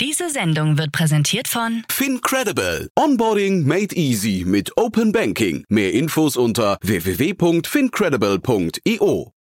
Diese Sendung wird präsentiert von FinCredible. Onboarding made easy mit Open Banking. Mehr Infos unter www.fincredible.io.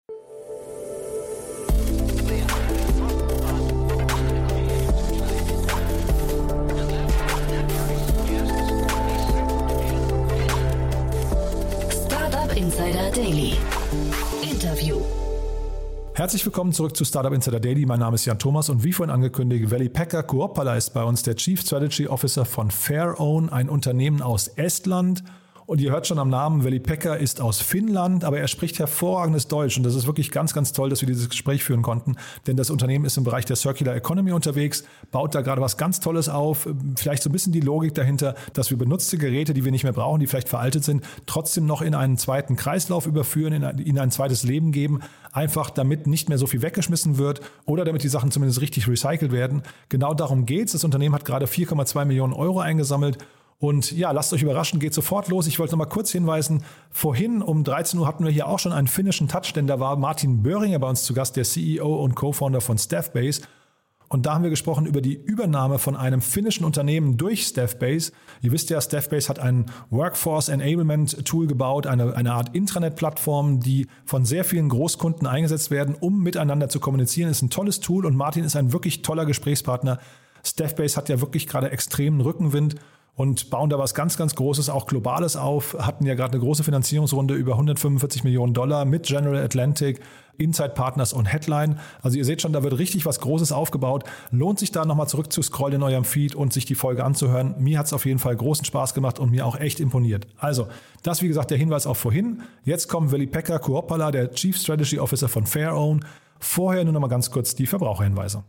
Startup Insider Daily. Interview. Herzlich willkommen zurück zu Startup Insider Daily. Mein Name ist Jan Thomas und wie vorhin angekündigt, Veli-Pekka Kuoppala ist bei uns der Chief Strategy Officer von Fairown, ein Unternehmen aus Estland. Und ihr hört schon am Namen, Veli-Pekka ist aus Finnland, aber er spricht hervorragendes Deutsch. Und das ist wirklich ganz, ganz toll, dass wir dieses Gespräch führen konnten. Denn das Unternehmen ist im Bereich der Circular Economy unterwegs, baut da gerade was ganz Tolles auf. Vielleicht so ein bisschen die Logik dahinter, dass wir benutzte Geräte, die wir nicht mehr brauchen, die vielleicht veraltet sind, trotzdem noch in einen zweiten Kreislauf überführen, in ein zweites Leben geben. Einfach damit nicht mehr so viel weggeschmissen wird oder damit die Sachen zumindest richtig recycelt werden. Genau darum geht's. Das Unternehmen hat gerade 4,2 Millionen Euro eingesammelt. Und ja, lasst euch überraschen, geht sofort los. Ich wollte noch mal kurz hinweisen, vorhin um 13 Uhr hatten wir hier auch schon einen finnischen Touch, denn da war Martin Böhringer bei uns zu Gast, der CEO und Co-Founder von Staffbase. Und da haben wir gesprochen über die Übernahme von einem finnischen Unternehmen durch Staffbase. Ihr wisst ja, Staffbase hat ein Workforce Enablement Tool gebaut, eine Art Intranet-Plattform, die von sehr vielen Großkunden eingesetzt werden, um miteinander zu kommunizieren. Das ist ein tolles Tool und Martin ist ein wirklich toller Gesprächspartner. Staffbase hat ja wirklich gerade extremen Rückenwind und bauen da was ganz, ganz Großes, auch Globales auf, hatten ja gerade eine große Finanzierungsrunde über $145 Millionen mit General Atlantic, Inside Partners und Headline. Also ihr seht schon, da wird richtig was Großes aufgebaut. Lohnt sich da nochmal zurück zu scrollen in eurem Feed und sich die Folge anzuhören. Mir hat es auf jeden Fall großen Spaß gemacht und mir auch echt imponiert. Also, das wie gesagt der Hinweis auch vorhin. Jetzt kommt Veli-Pekka Kuoppala, der Chief Strategy Officer von Fairown. Vorher nur nochmal ganz kurz die Verbraucherhinweise.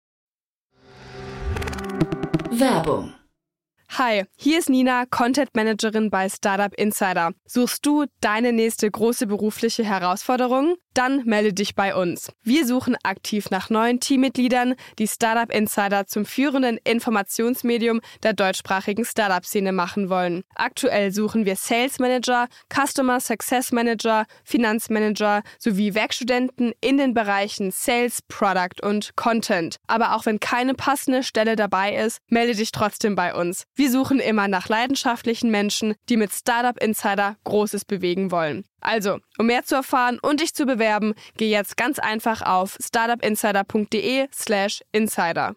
Werbung. Hi, hier ist Nina, Content Managerin bei Startup Insider. Suchst du deine nächste große berufliche Herausforderung? Dann melde dich bei uns. Wir suchen aktiv nach neuen Teammitgliedern, die Startup Insider zum führenden Informationsmedium der deutschsprachigen Startup-Szene machen wollen. Aktuell suchen wir Sales Manager, Customer Success Manager, Finanzmanager sowie Werkstudenten in den Bereichen Sales, Product und Content. Aber auch wenn keine passende Stelle dabei ist, melde dich trotzdem bei uns. Wir suchen immer nach leidenschaftlichen Menschen, die mit Startup Insider Großes bewegen wollen. Also, um mehr zu erfahren und dich zu bewerben, geh jetzt ganz einfach auf startupinsider.de/insider.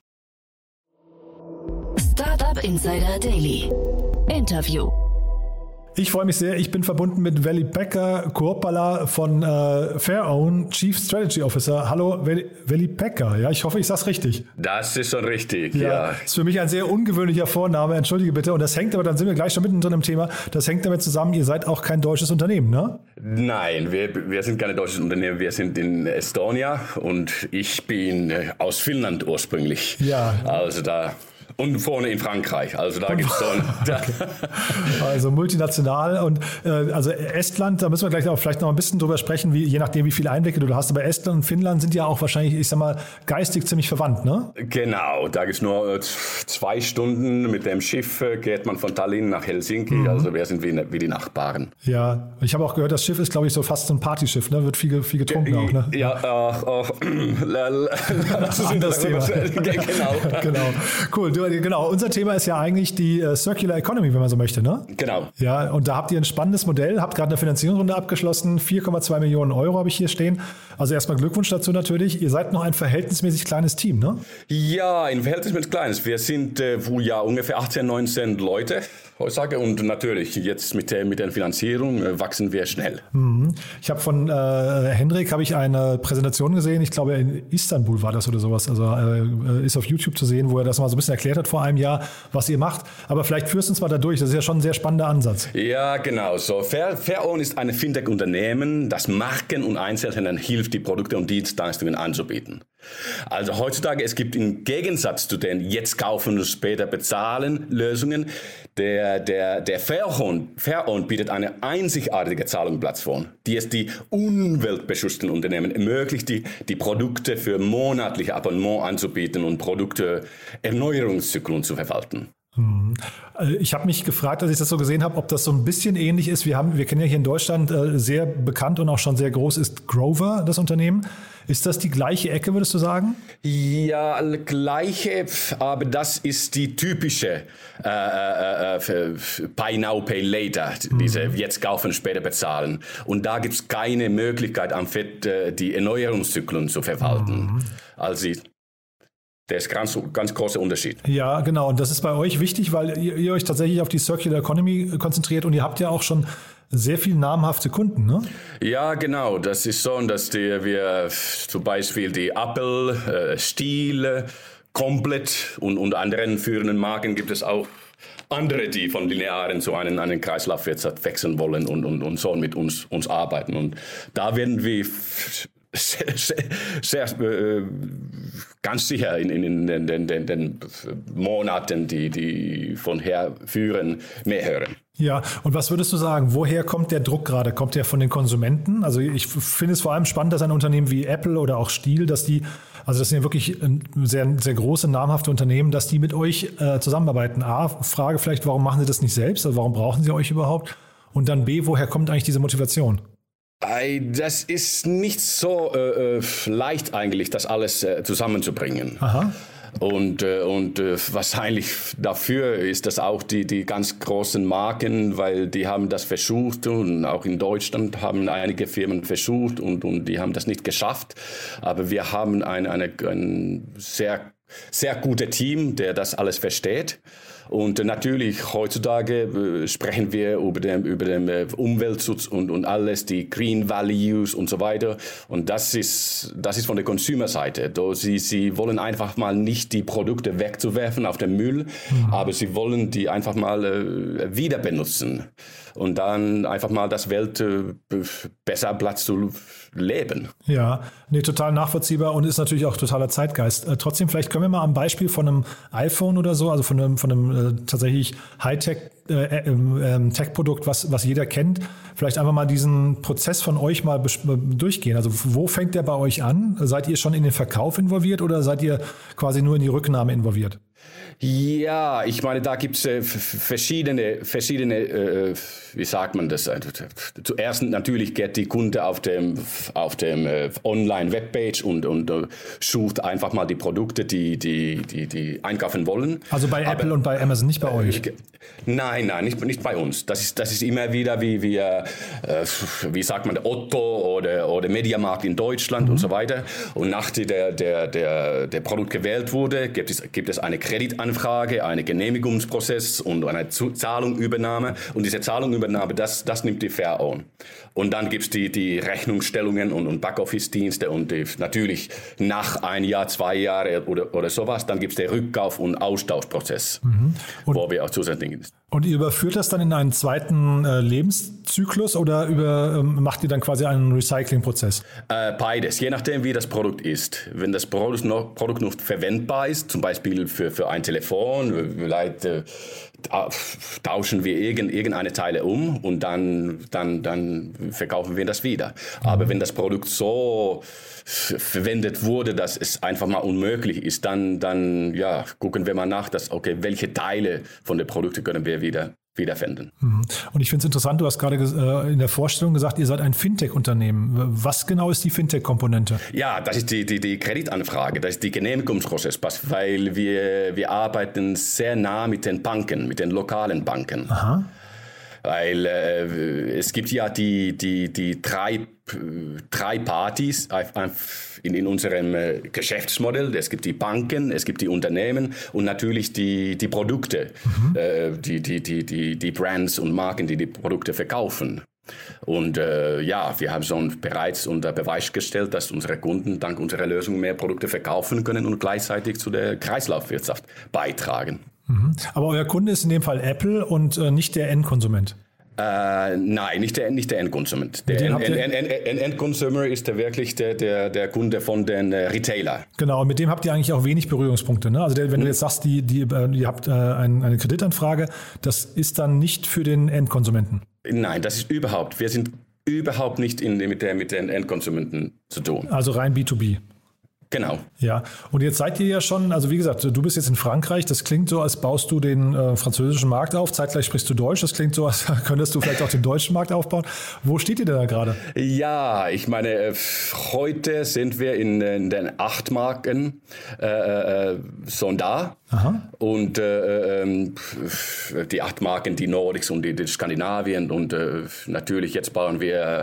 Startup Insider Daily. Interview. Ich freue mich sehr. Ich bin verbunden mit Veli-Pekka Kuoppala von Fairown, Chief Strategy Officer. Hallo Veli-Pekka. Ja, ich hoffe, ich sage es richtig. Das ist schon richtig, ja. Ist für mich ein sehr ungewöhnlicher Vorname, entschuldige bitte. Und das hängt aber, dann sind wir gleich schon mittendrin im Thema, das hängt damit zusammen, ihr seid auch kein deutsches Unternehmen, ne? Nein, wir sind kein deutsches Unternehmen, wir sind in Estonia und ich bin aus Finnland ursprünglich. Ja. Also da... Und vorne in Frankreich, also da gibt es so okay. Also multinational und also Estland, da müssen wir gleich auch vielleicht noch ein bisschen drüber sprechen, je nachdem wie viele Einblicke du hast, aber Estland und Finnland sind ja auch wahrscheinlich, ich sag mal, geistig ziemlich verwandt, ne? Genau, da gibt es nur 2 Stunden mit dem Schiff, geht man von Tallinn nach Helsinki, also wir sind wie die Nachbarn. Ja, ich habe auch gehört, das Schiff ist, glaube ich, so fast so ein Partyschiff, ne? Wird viel getrunken auch, ne? Ja, das ist das Thema. Genau, cool. Genau, unser Thema ist ja eigentlich die Circular Economy, wenn man so möchte, ne? Genau. Ja, und da habt ihr ein spannendes Modell, habt gerade eine Finanzierungsrunde abgeschlossen, 4,2 Millionen Euro habe ich hier stehen. Also erstmal Glückwunsch dazu natürlich. Ihr seid noch ein verhältnismäßig kleines Team, ne? Ja, ein verhältnismäßig kleines. Wir sind ungefähr 18, 19 Leute heutzutage und natürlich jetzt mit der Finanzierung wachsen wir schnell. Ich habe von Hendrik eine Präsentation gesehen, ich glaube in Istanbul war das oder sowas, also ist auf YouTube zu sehen, wo er das mal so ein bisschen erklärt hat vor einem Jahr, was ihr macht. Aber vielleicht führst du uns mal da durch, das ist ja schon ein sehr spannender Ansatz. Ja, genau. So, Fairown ist ein Fintech-Unternehmen, das Marken und Einzelhändlern hilft, die Produkte und Dienstleistungen anzubieten. Also heutzutage, es gibt im Gegensatz zu den jetzt kaufen und später bezahlen Lösungen, der Fairown bietet eine einzigartige Zahlungsplattform, die es die umweltbewussten Unternehmen ermöglicht, die Produkte für monatliche Abonnement anzubieten und Produkte Erneuerungszyklen zu verwalten. Ich habe mich gefragt, als ich das so gesehen habe, ob das so ein bisschen ähnlich ist. Wir kennen ja hier in Deutschland sehr bekannt und auch schon sehr groß ist Grover, das Unternehmen. Ist das die gleiche Ecke, würdest du sagen? Ja, gleiche, aber das ist die typische Buy Now, Pay Later, diese jetzt kaufen, später bezahlen. Und da gibt es keine Möglichkeit, am FED die Erneuerungszyklen zu verwalten. Also der ist ganz großer Unterschied. Ja, genau. Und das ist bei euch wichtig, weil ihr euch tatsächlich auf die Circular Economy konzentriert und ihr habt ja auch schon sehr viele namhafte Kunden, ne? Ja, genau. Das ist so, dass wir zum Beispiel die Apple, Stihl, Komplett und anderen führenden Marken gibt es auch andere, die von linearen zu einem Kreislaufwirtschaft wechseln wollen und so mit uns arbeiten. Und da werden wir sehr ganz sicher in den Monaten, die von her führen, mehr hören. Ja, und was würdest du sagen, woher kommt der Druck gerade? Kommt der von den Konsumenten? Also ich finde es vor allem spannend, dass ein Unternehmen wie Apple oder auch Stihl, das sind ja wirklich sehr, sehr große, namhafte Unternehmen, dass die mit euch zusammenarbeiten. A, Frage vielleicht, warum machen sie das nicht selbst? Also warum brauchen sie euch überhaupt? Und dann B, woher kommt eigentlich diese Motivation? Das ist nicht so leicht eigentlich, das alles zusammenzubringen. Aha. Und wahrscheinlich dafür ist das auch die ganz großen Marken, weil die haben das versucht und auch in Deutschland haben einige Firmen versucht und die haben das nicht geschafft. Aber wir haben ein sehr, sehr gutes Team, der das alles versteht. Und natürlich heutzutage sprechen wir über den Umweltschutz und alles, die Green Values und so weiter. Und das ist von der Consumer-Seite. Sie wollen einfach mal nicht die Produkte wegzuwerfen auf den Müll, aber sie wollen die einfach mal wieder benutzen und dann einfach mal das Welt besser Platz zu leben. Ja, nee, total nachvollziehbar und ist natürlich auch totaler Zeitgeist. Trotzdem, vielleicht können wir mal am Beispiel von einem iPhone oder so, also von einem tatsächlich Hightech Tech-Produkt, was jeder kennt, vielleicht einfach mal diesen Prozess von euch mal durchgehen. Also wo fängt der bei euch an? Seid ihr schon in den Verkauf involviert oder seid ihr quasi nur in die Rücknahme involviert? Ja, ich meine, da gibt es verschiedene, wie sagt man das? Zuerst natürlich geht die Kunde auf dem Online-Webpage und sucht einfach mal die Produkte, die einkaufen wollen. Also bei Apple und bei Amazon, nicht bei euch? Nein, nicht bei uns. Das ist immer wieder wie sagt man, Otto oder Mediamarkt in Deutschland und so weiter. Und nachdem der Produkt gewählt wurde, gibt es eine Kreditanfrage, einen Genehmigungsprozess und eine Zahlungübernahme. Und diese Zahlungübernahme, das nimmt die Fair Own. Und dann gibt es die Rechnungsstellungen und Backoffice-Dienste und natürlich nach ein Jahr, 2 Jahre oder sowas, dann gibt es den Rückkauf- und Austauschprozess, wo wir auch zusätzlich sind. Und ihr überführt das dann in einen zweiten Lebenszyklus oder macht ihr dann quasi einen Recyclingprozess? Beides, je nachdem wie das Produkt ist. Wenn das Produkt noch verwendbar ist, zum Beispiel für ein Telefon, vielleicht tauschen wir irgendeine Teile um und dann verkaufen wir das wieder. Aber wenn das Produkt so verwendet wurde, dass es einfach mal unmöglich ist, dann ja, gucken wir mal nach, welche Teile von den Produkten können wir wiederfinden. Und ich finde es interessant, du hast gerade in der Vorstellung gesagt, ihr seid ein Fintech-Unternehmen. Was genau ist die Fintech-Komponente? Ja, das ist die Kreditanfrage, das ist die Genehmigungsprozess, weil wir arbeiten sehr nah mit den Banken, mit den lokalen Banken. Aha. Weil es gibt ja die drei Partys in unserem Geschäftsmodell. Es gibt die Banken, es gibt die Unternehmen und natürlich die Produkte, die Brands und Marken, die Produkte verkaufen. Und wir haben schon bereits unter Beweis gestellt, dass unsere Kunden dank unserer Lösung mehr Produkte verkaufen können und gleichzeitig zu der Kreislaufwirtschaft beitragen. Aber euer Kunde ist in dem Fall Apple und nicht der Endkonsument? Nein, nicht der Endkonsument. Der Endconsumer ist wirklich der Kunde von den Retailer. Genau, und mit dem habt ihr eigentlich auch wenig Berührungspunkte. Ne? Also wenn du jetzt sagst, ihr habt eine Kreditanfrage, das ist dann nicht für den Endkonsumenten? Nein, wir sind überhaupt nicht mit den Endkonsumenten zu tun. Also rein B2B? Genau. Ja, und jetzt seid ihr ja schon, also wie gesagt, du bist jetzt in Frankreich, das klingt so, als baust du den französischen Markt auf, zeitgleich sprichst du Deutsch, das klingt so, als könntest du vielleicht auch den deutschen Markt aufbauen. Wo steht ihr denn da gerade? Ja, ich meine, heute sind wir in den 8 Marken schon da. Aha. Und die 8 Marken, die Nordics und die Skandinavien und natürlich jetzt bauen wir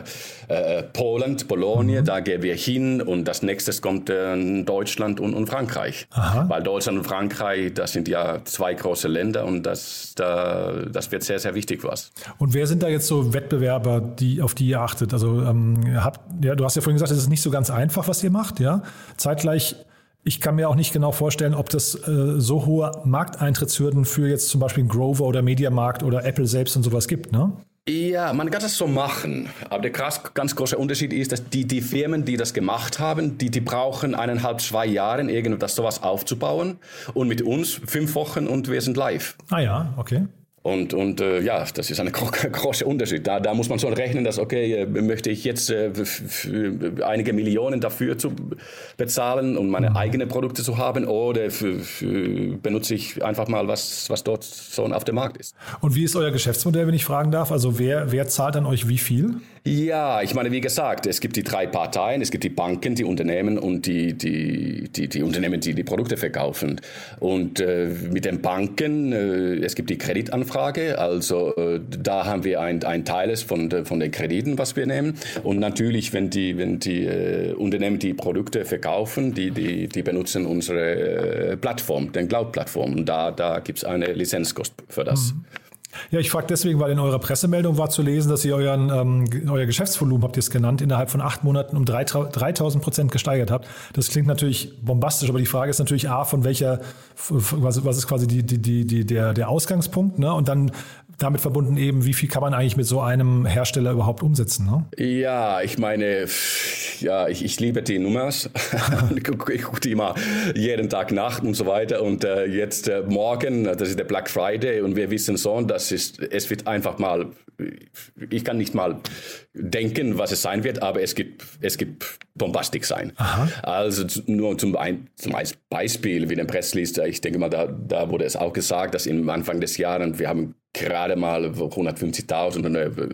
Bologna, da gehen wir hin und das nächste kommt Deutschland und Frankreich. Aha. Weil Deutschland und Frankreich, das sind ja 2 große Länder und das wird sehr, sehr wichtig für uns. Und wer sind da jetzt so Wettbewerber, auf die ihr achtet? Also du hast ja vorhin gesagt, es ist nicht so ganz einfach, was ihr macht, ja? Zeitgleich, ich kann mir auch nicht genau vorstellen, ob das so hohe Markteintrittshürden für jetzt zum Beispiel Grover oder Mediamarkt oder Apple selbst und sowas gibt, ne? Ja, man kann das so machen. Aber der ganz große Unterschied ist, dass die Firmen, die das gemacht haben, die brauchen 1,5-2 Jahre, sowas aufzubauen. Und mit uns 5 Wochen und wir sind live. Ah ja, okay. Und das ist ein großer Unterschied. Da muss man schon rechnen, dass, möchte ich jetzt einige Millionen dafür zu bezahlen, um meine eigenen Produkte zu haben, oder benutze ich einfach mal, was dort so auf dem Markt ist. Und wie ist euer Geschäftsmodell, wenn ich fragen darf? Also wer zahlt an euch wie viel? Ja, ich meine, wie gesagt, es gibt die 3 Parteien. Es gibt die Banken, die Unternehmen und die Unternehmen, die Produkte verkaufen. Und mit den Banken, es gibt die Kreditanfrage. Also da haben wir ein Teil von den Krediten, was wir nehmen. Und natürlich, wenn die Unternehmen die Produkte verkaufen, die benutzen unsere Plattform, den Cloud-Plattform. Und da gibt es eine Lizenzkost für das. Ja, ich frage deswegen, weil in eurer Pressemeldung war zu lesen, dass ihr euer Geschäftsvolumen, habt ihr es genannt, innerhalb von 8 Monaten um 3.000% gesteigert habt. Das klingt natürlich bombastisch, aber die Frage ist natürlich was ist quasi der Ausgangspunkt, ne? Und dann damit verbunden eben, wie viel kann man eigentlich mit so einem Hersteller überhaupt umsetzen, ne? Ja, ich meine, ich liebe die Nummers. Ich gucke die immer jeden Tag nach und so weiter. Und jetzt morgen, das ist der Black Friday und wir wissen so, es wird einfach mal, ich kann nicht mal denken, was es sein wird, aber es gibt Bombastik sein. Aha. Also nur zum Beispiel, wie den Pressliest, ich denke mal, da wurde es auch gesagt, dass im Anfang des Jahres, wir haben gerade mal 150.000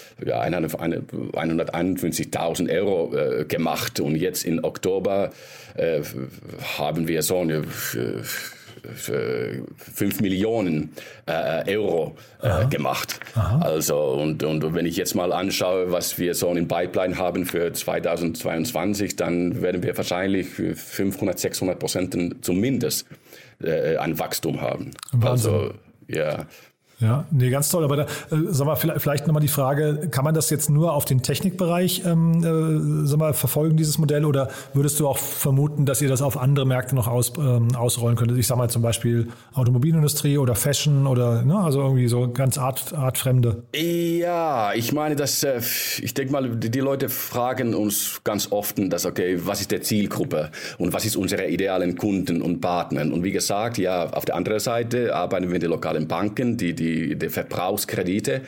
151.000 Euro gemacht und jetzt im Oktober haben wir so eine 5 Millionen Euro gemacht. Aha. Also und wenn ich jetzt mal anschaue, was wir so in Pipeline haben für 2022, dann werden wir wahrscheinlich 500-600% zumindest an Wachstum haben. Wahnsinn. Also ja. Ja, nee, ganz toll. Aber sag mal, vielleicht nochmal die Frage, kann man das jetzt nur auf den Technikbereich verfolgen, dieses Modell, oder würdest du auch vermuten, dass ihr das auf andere Märkte noch ausrollen könntet? Ich sag mal zum Beispiel Automobilindustrie oder Fashion oder also irgendwie so ganz artfremde. Ja, ich meine, ich denke mal, die Leute fragen uns ganz oft, was ist der Zielgruppe und was ist unsere idealen Kunden und Partner? Und wie gesagt, ja, auf der anderen Seite arbeiten wir mit den lokalen Banken, die Verbrauchskredite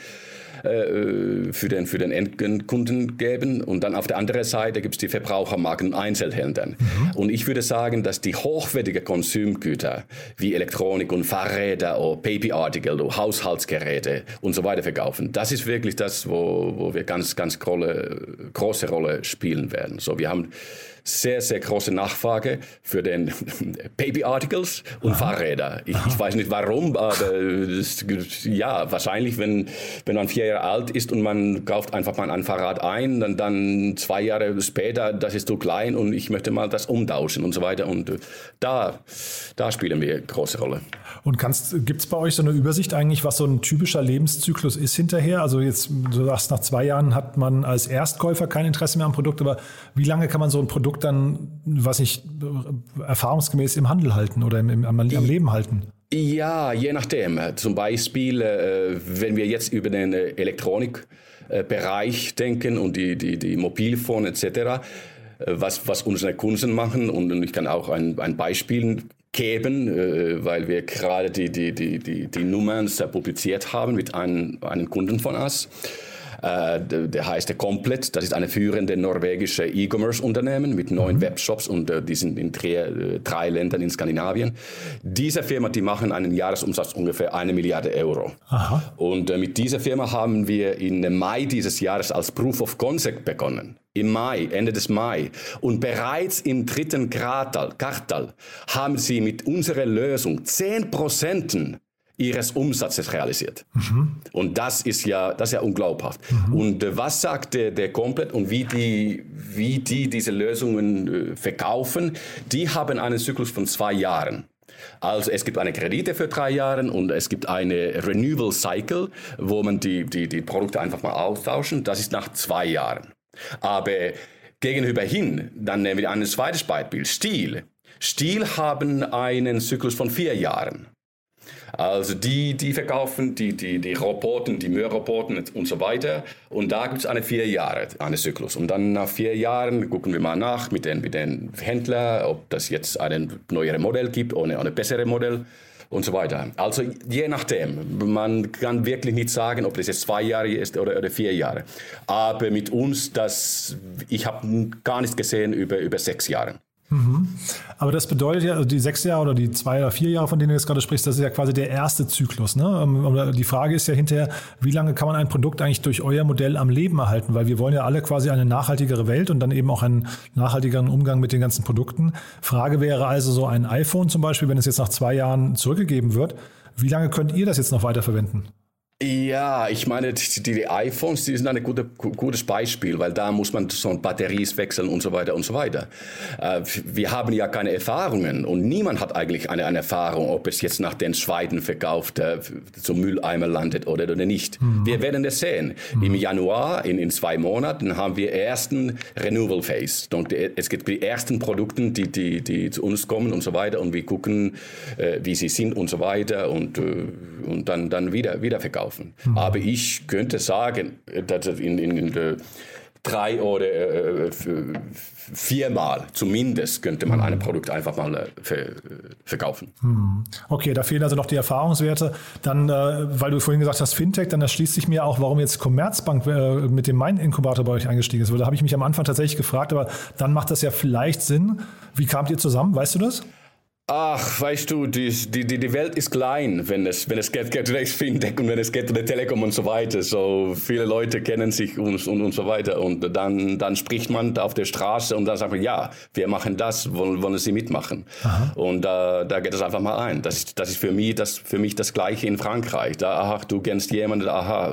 für den Endkunden geben. Und dann auf der anderen Seite gibt es die Verbrauchermarken und Einzelhändler. Mhm. Und ich würde sagen, dass die hochwertigen Konsumgüter wie Elektronik und Fahrräder oder Babyartikel oder Haushaltsgeräte und so weiter verkaufen, das ist wirklich das, wo wir ganz, ganz große Rolle spielen werden. So, wir haben sehr, sehr große Nachfrage für den Baby-Articles und Fahrräder. Ich weiß nicht warum, aber wahrscheinlich, wenn man 4 Jahre alt ist und man kauft einfach mal ein Fahrrad ein, dann 2 Jahre später, das ist zu klein und ich möchte mal das umtauschen und so weiter. Und da spielen wir eine große Rolle. Und gibt es bei euch so eine Übersicht eigentlich, was so ein typischer Lebenszyklus ist hinterher? Also jetzt, du sagst, nach 2 Jahren hat man als Erstkäufer kein Interesse mehr am Produkt, aber wie lange kann man so ein Produkt dann, erfahrungsgemäß im Handel halten oder am Leben halten? Ja, je nachdem. Zum Beispiel, wenn wir jetzt über den Elektronikbereich denken und die Mobilfone etc., was unsere Kunden machen, und ich kann auch ein Beispiel geben, weil wir gerade die Nummern publiziert haben mit einem Kunden von uns. Der heißt der Komplett. Das ist eine führende norwegische E-Commerce-Unternehmen mit 9 Webshops und die sind in 3 Ländern in Skandinavien. Diese Firma, die machen einen Jahresumsatz ungefähr 1 Milliarde Euro. Aha. Und mit dieser Firma haben wir im Mai dieses Jahres als Proof of Concept begonnen. Im Mai, Ende des Mai. Und bereits im 3. Quartal haben sie mit unserer Lösung 10% ihres Umsatzes realisiert. Und das ist ja unglaubhaft. Und was sagt der Komplett und wie die diese Lösungen verkaufen? Die haben einen Zyklus von 2 Jahren. Also es gibt eine Kredite für 3 Jahre und es gibt eine Renewal Cycle, wo man die Produkte einfach mal austauschen. Das ist nach 2 Jahren. Aber gegenüber hin, dann nehmen wir ein zweites Beispiel, Stihl. Stihl haben einen Zyklus von 4 Jahren. Also die verkaufen die Roboter, die Müllroboter und so weiter. Und da gibt es eine 4 Jahre, einen Zyklus. Und dann nach 4 Jahren gucken wir mal nach mit den Händlern, ob das jetzt ein neueres Modell gibt oder ein besseres Modell und so weiter. Also je nachdem. Man kann wirklich nicht sagen, ob das jetzt 2 Jahre ist oder 4 Jahre. Aber mit uns, ich habe gar nichts gesehen über 6 Jahre. Aber das bedeutet ja, also die 6 Jahre oder die 2 oder 4 Jahre, von denen du jetzt gerade sprichst, das ist ja quasi der erste Zyklus. Ne? Die Frage ist ja hinterher, wie lange kann man ein Produkt eigentlich durch euer Modell am Leben erhalten? Weil wir wollen ja alle quasi eine nachhaltigere Welt und dann eben auch einen nachhaltigeren Umgang mit den ganzen Produkten. Frage wäre also so ein iPhone zum Beispiel, wenn es jetzt nach 2 Jahren zurückgegeben wird, wie lange könnt ihr das jetzt noch weiterverwenden? Ja, ich meine, die iPhones, die sind ein gutes Beispiel, weil da muss man so Batterien wechseln und so weiter und so weiter. Wir haben ja keine Erfahrungen und niemand hat eigentlich eine Erfahrung, ob es jetzt nach den zweiten Verkauf zum Mülleimer landet oder nicht. Wir werden es sehen. Im Januar, in 2 Monaten, haben wir ersten Renewal Phase. Und es gibt die ersten Produkte, die zu uns kommen und so weiter und wir gucken, wie sie sind und so weiter und dann wieder verkaufen. Aber ich könnte sagen, dass in 3 oder 4 Mal zumindest könnte man ein Produkt einfach mal verkaufen. Okay, da fehlen also noch die Erfahrungswerte. Dann, weil du vorhin gesagt hast Fintech, dann erschließt sich mir auch, warum jetzt Commerzbank mit dem Mein-Inkubator bei euch eingestiegen ist. Weil da habe ich mich am Anfang tatsächlich gefragt, aber dann macht das ja vielleicht Sinn. Wie kamt ihr zusammen? Weißt du das? Ach, weißt du, die Welt ist klein, wenn es geht um Fintech und wenn es geht um Telekom und so weiter. So viele Leute kennen sich und so weiter. Und dann spricht man auf der Straße und dann sagt man, ja, wir machen das, wollen Sie mitmachen? Aha. Und da geht es einfach mal ein. Das ist für mich das Gleiche in Frankreich. Du kennst jemanden,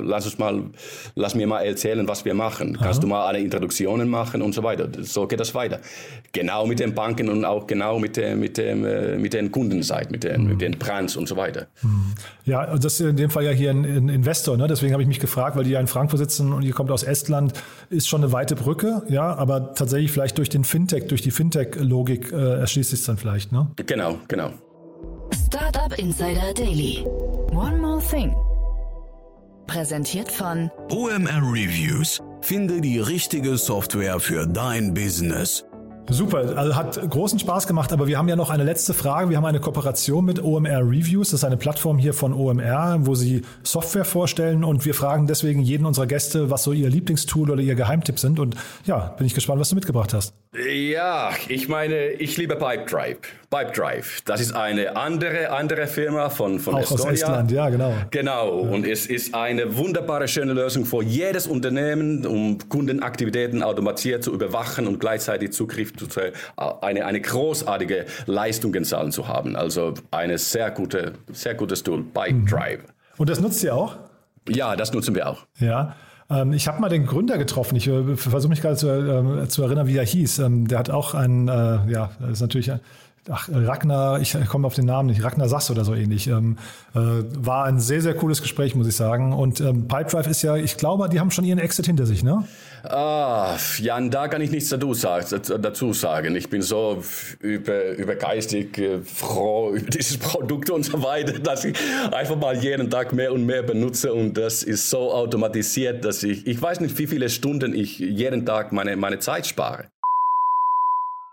lass mir mal erzählen, was wir machen. Aha. Kannst du mal eine Introduktion machen und so weiter. So geht das weiter. Genau mit den Banken und auch genau mit den Kundenseite, mit den Brands und so weiter. Ja, das ist in dem Fall ja hier ein Investor, ne? Deswegen habe ich mich gefragt, weil die ja in Frankfurt sitzen und ihr kommt aus Estland, ist schon eine weite Brücke, ja, aber tatsächlich vielleicht durch die Fintech-Logik erschließt sich es dann vielleicht, ne? Genau. Startup Insider Daily. One more thing. Präsentiert von OMR Reviews. Finde die richtige Software für dein Business. Super, also hat großen Spaß gemacht, aber wir haben ja noch eine letzte Frage. Wir haben eine Kooperation mit OMR Reviews, das ist eine Plattform hier von OMR, wo sie Software vorstellen und wir fragen deswegen jeden unserer Gäste, was so ihr Lieblingstool oder ihr Geheimtipp sind und ja, bin ich gespannt, was du mitgebracht hast. Ja, ich meine, ich liebe Pipedrive. Pipedrive, das ist eine andere Firma von auch Estonia. Aus Estland, ja, genau. Genau, ja. Und es ist eine wunderbare, schöne Lösung für jedes Unternehmen, um Kundenaktivitäten automatisiert zu überwachen und gleichzeitig Zugriff zu eine großartige Leistungszahlen zu haben. Also eine sehr gutes Tool, Pipedrive. Und das nutzt ihr auch? Ja, das nutzen wir auch. Ja. Ich habe mal den Gründer getroffen. Ich versuche mich gerade zu erinnern, wie er hieß. Der hat auch das ist natürlich Ragnar, ich komme auf den Namen nicht, Ragnar Sass oder so ähnlich. War ein sehr, sehr cooles Gespräch, muss ich sagen. Und Pipedrive ist ja, ich glaube, die haben schon ihren Exit hinter sich, ne? Jan, da kann ich nichts dazu sagen. Ich bin so übergeistig froh über dieses Produkt und so weiter, dass ich einfach mal jeden Tag mehr und mehr benutze und das ist so automatisiert, dass ich weiß nicht, wie viele Stunden ich jeden Tag meine Zeit spare.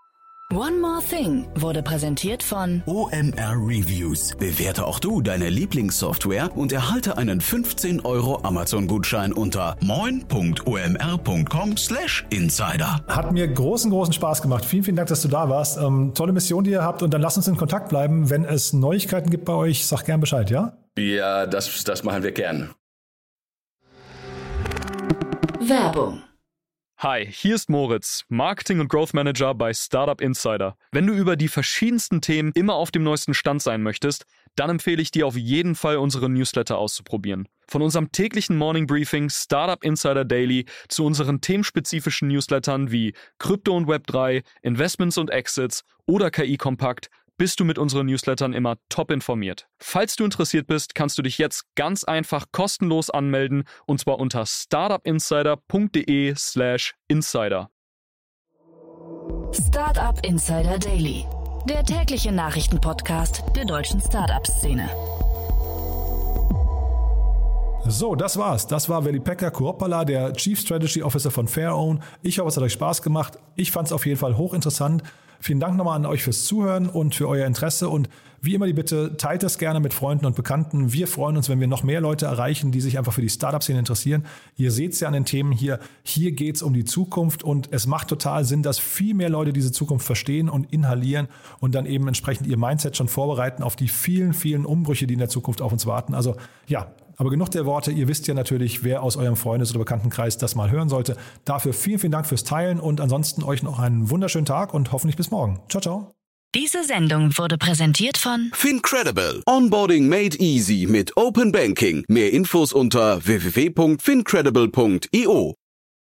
One More Thing wurde präsentiert von OMR Reviews. Bewerte auch du deine Lieblingssoftware und erhalte einen 15 € Amazon-Gutschein unter moin.omr.com/insider. Hat mir großen Spaß gemacht. Vielen, vielen Dank, dass du da warst. Tolle Mission, die ihr habt. Und dann lasst uns in Kontakt bleiben. Wenn es Neuigkeiten gibt bei euch, sag gern Bescheid, ja? Ja, das machen wir gern. Werbung. Hi, hier ist Moritz, Marketing- und Growth Manager bei Startup Insider. Wenn du über die verschiedensten Themen immer auf dem neuesten Stand sein möchtest, dann empfehle ich dir auf jeden Fall unsere Newsletter auszuprobieren. Von unserem täglichen Morning Briefing Startup Insider Daily zu unseren themenspezifischen Newslettern wie Krypto und Web3, Investments und Exits oder KI Kompakt, bist du mit unseren Newslettern immer top informiert. Falls du interessiert bist, kannst du dich jetzt ganz einfach kostenlos anmelden und zwar unter startupinsider.de/insider. Startup Insider Daily, der tägliche Nachrichtenpodcast der deutschen Startup-Szene. So, das war's. Das war Veli-Pekka Kuoppala, der Chief Strategy Officer von Fairown. Ich hoffe, es hat euch Spaß gemacht. Ich fand es auf jeden Fall hochinteressant. Vielen Dank nochmal an euch fürs Zuhören und für euer Interesse. Und wie immer die Bitte, teilt das gerne mit Freunden und Bekannten. Wir freuen uns, wenn wir noch mehr Leute erreichen, die sich einfach für die Startup-Szene interessieren. Ihr seht es ja an den Themen hier. Hier geht es um die Zukunft und es macht total Sinn, dass viel mehr Leute diese Zukunft verstehen und inhalieren und dann eben entsprechend ihr Mindset schon vorbereiten auf die vielen Umbrüche, die in der Zukunft auf uns warten. Also ja, aber genug der Worte. Ihr wisst ja natürlich, wer aus eurem Freundes- oder Bekanntenkreis das mal hören sollte. Dafür vielen Dank fürs Teilen und ansonsten euch noch einen wunderschönen Tag und hoffentlich bis morgen. Ciao, ciao. Diese Sendung wurde präsentiert von FinCredible. Onboarding made easy mit Open Banking. Mehr Infos unter www.fincredible.io.